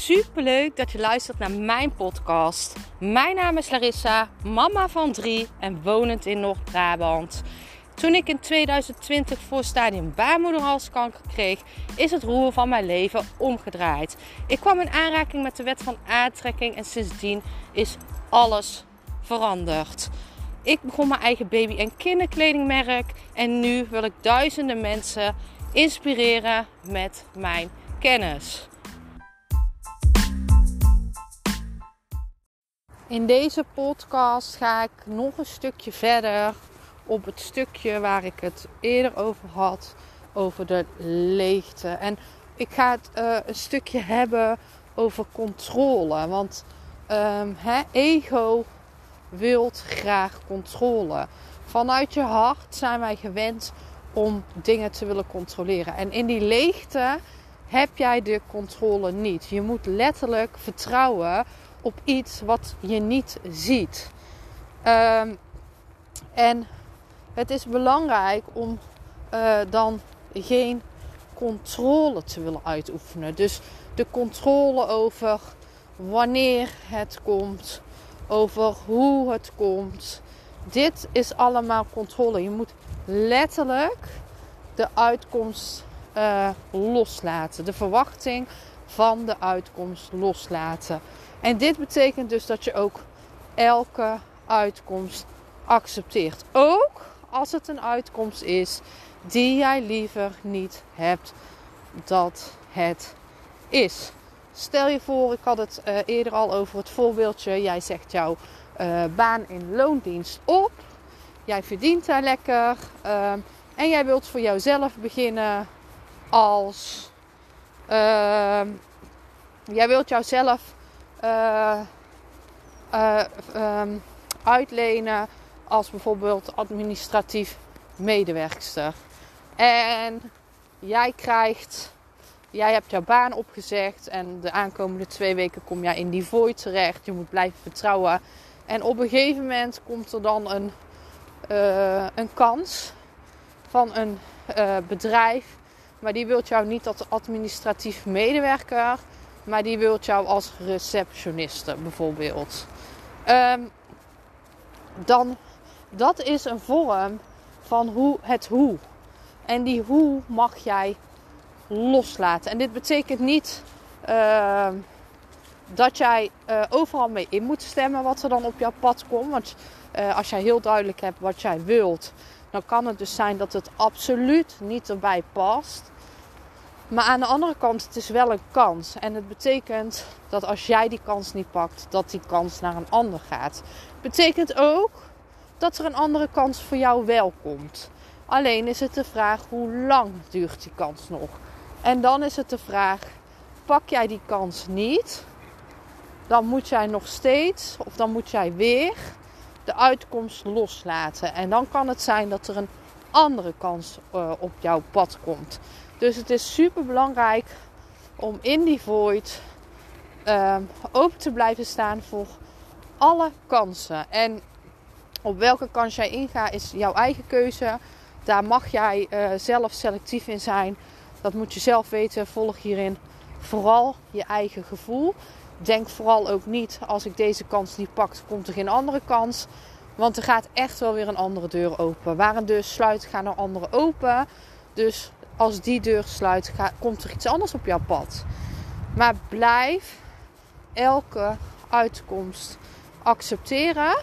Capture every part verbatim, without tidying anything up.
Super leuk dat je luistert naar mijn podcast. Mijn naam is Larissa, mama van drie en wonend in Noord-Brabant. Toen ik in tweeduizend twintig voorstadium baarmoederhalskanker kreeg, is het roer van mijn leven omgedraaid. Ik kwam in aanraking met de wet van aantrekking en sindsdien is alles veranderd. Ik begon mijn eigen baby- en kinderkledingmerk en nu wil ik duizenden mensen inspireren met mijn kennis. In deze podcast ga ik nog een stukje verder op het stukje waar ik het eerder over had, over de leegte. En ik ga het uh, een stukje hebben over controle. Want um, hè, ego wilt graag controle. Vanuit je hart zijn wij gewend om dingen te willen controleren. En in die leegte heb jij de controle niet. Je moet letterlijk vertrouwen op iets wat je niet ziet. Um, en het is belangrijk om uh, dan geen controle te willen uitoefenen. Dus de controle over wanneer het komt, over hoe het komt. Dit is allemaal controle. Je moet letterlijk de uitkomst uh, loslaten. De verwachting van de uitkomst loslaten. En dit betekent dus dat je ook elke uitkomst accepteert. Ook als het een uitkomst is die jij liever niet hebt dat het is. Stel je voor, ik had het uh, eerder al over het voorbeeldje. Jij zegt jouw uh, baan in loondienst op. Jij verdient daar lekker. Uh, en jij wilt voor jouzelf beginnen als... Uh, jij wilt jouzelf uh, uh, um, uitlenen als bijvoorbeeld administratief medewerkster. En jij krijgt, jij hebt jouw baan opgezegd en de aankomende twee weken kom jij in die void terecht. Je moet blijven vertrouwen. En op een gegeven moment komt er dan een, uh, een kans van een uh, bedrijf. Maar die wilt jou niet als administratief medewerker, maar die wilt jou als receptioniste bijvoorbeeld. Um, dan, dat is een vorm van hoe, het hoe. En die hoe mag jij loslaten. En dit betekent niet uh, dat jij uh, overal mee in moet stemmen wat er dan op jouw pad komt. Want uh, als jij heel duidelijk hebt wat jij wilt, dan kan het dus zijn dat het absoluut niet erbij past. Maar aan de andere kant, het is wel een kans. En het betekent dat als jij die kans niet pakt, dat die kans naar een ander gaat. Het betekent ook dat er een andere kans voor jou wel komt. Alleen is het de vraag, hoe lang duurt die kans nog? En dan is het de vraag, pak jij die kans niet, dan moet jij nog steeds, of dan moet jij weer de uitkomst loslaten. En dan kan het zijn dat er een andere kans uh, op jouw pad komt. Dus het is super belangrijk om in die void uh, open te blijven staan voor alle kansen. En op welke kans jij ingaat is jouw eigen keuze. Daar mag jij uh, zelf selectief in zijn. Dat moet je zelf weten. Volg hierin vooral je eigen gevoel. Denk vooral ook niet, als ik deze kans niet pak, komt er geen andere kans. Want er gaat echt wel weer een andere deur open. Waar een deur sluit, gaan er andere open. Dus als die deur sluit, gaat, komt er iets anders op jouw pad. Maar blijf elke uitkomst accepteren.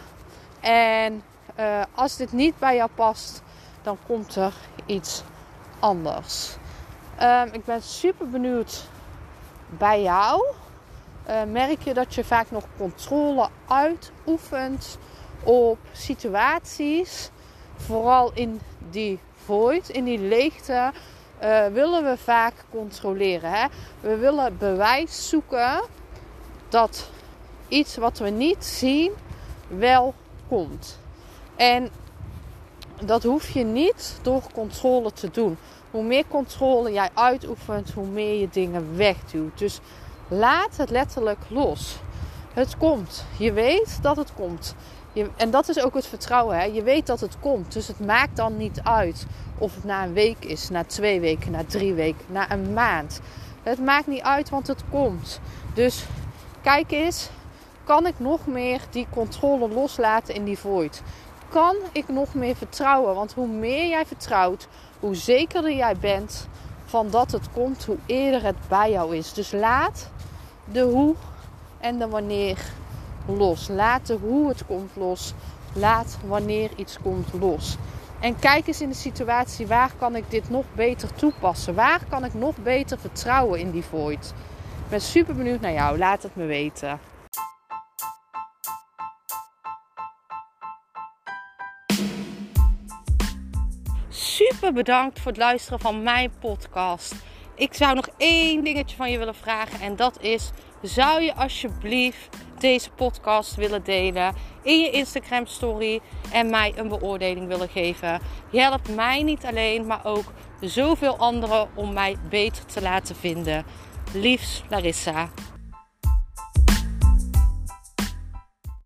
En uh, als dit niet bij jou past, dan komt er iets anders. Um, ik ben super benieuwd bij jou. Uh, merk je dat je vaak nog controle uitoefent op situaties? Vooral in die void, in die leegte, uh, willen we vaak controleren. Hè? We willen bewijs zoeken dat iets wat we niet zien wel komt. En dat hoef je niet door controle te doen. Hoe meer controle jij uitoefent, hoe meer je dingen wegduwt. Dus laat het letterlijk los. Het komt. Je weet dat het komt. Je, en dat is ook het vertrouwen. Hè? Je weet dat het komt. Dus het maakt dan niet uit of het na een week is, na twee weken, na drie weken, na een maand. Het maakt niet uit, want het komt. Dus kijk eens, kan ik nog meer die controle loslaten in die void? Kan ik nog meer vertrouwen? Want hoe meer jij vertrouwt, hoe zekerder jij bent van dat het komt, hoe eerder het bij jou is. Dus laat de hoe en de wanneer los. Laat de hoe het komt los. Laat wanneer iets komt los. En kijk eens in de situatie, waar kan ik dit nog beter toepassen? Waar kan ik nog beter vertrouwen in die void? Ik ben super benieuwd naar jou. Laat het me weten. Super bedankt voor het luisteren van mijn podcast. Ik zou nog één dingetje van je willen vragen. En dat is, zou je alsjeblieft deze podcast willen delen in je Instagram story en mij een beoordeling willen geven? Je helpt mij niet alleen, maar ook zoveel anderen om mij beter te laten vinden. Liefs, Larissa.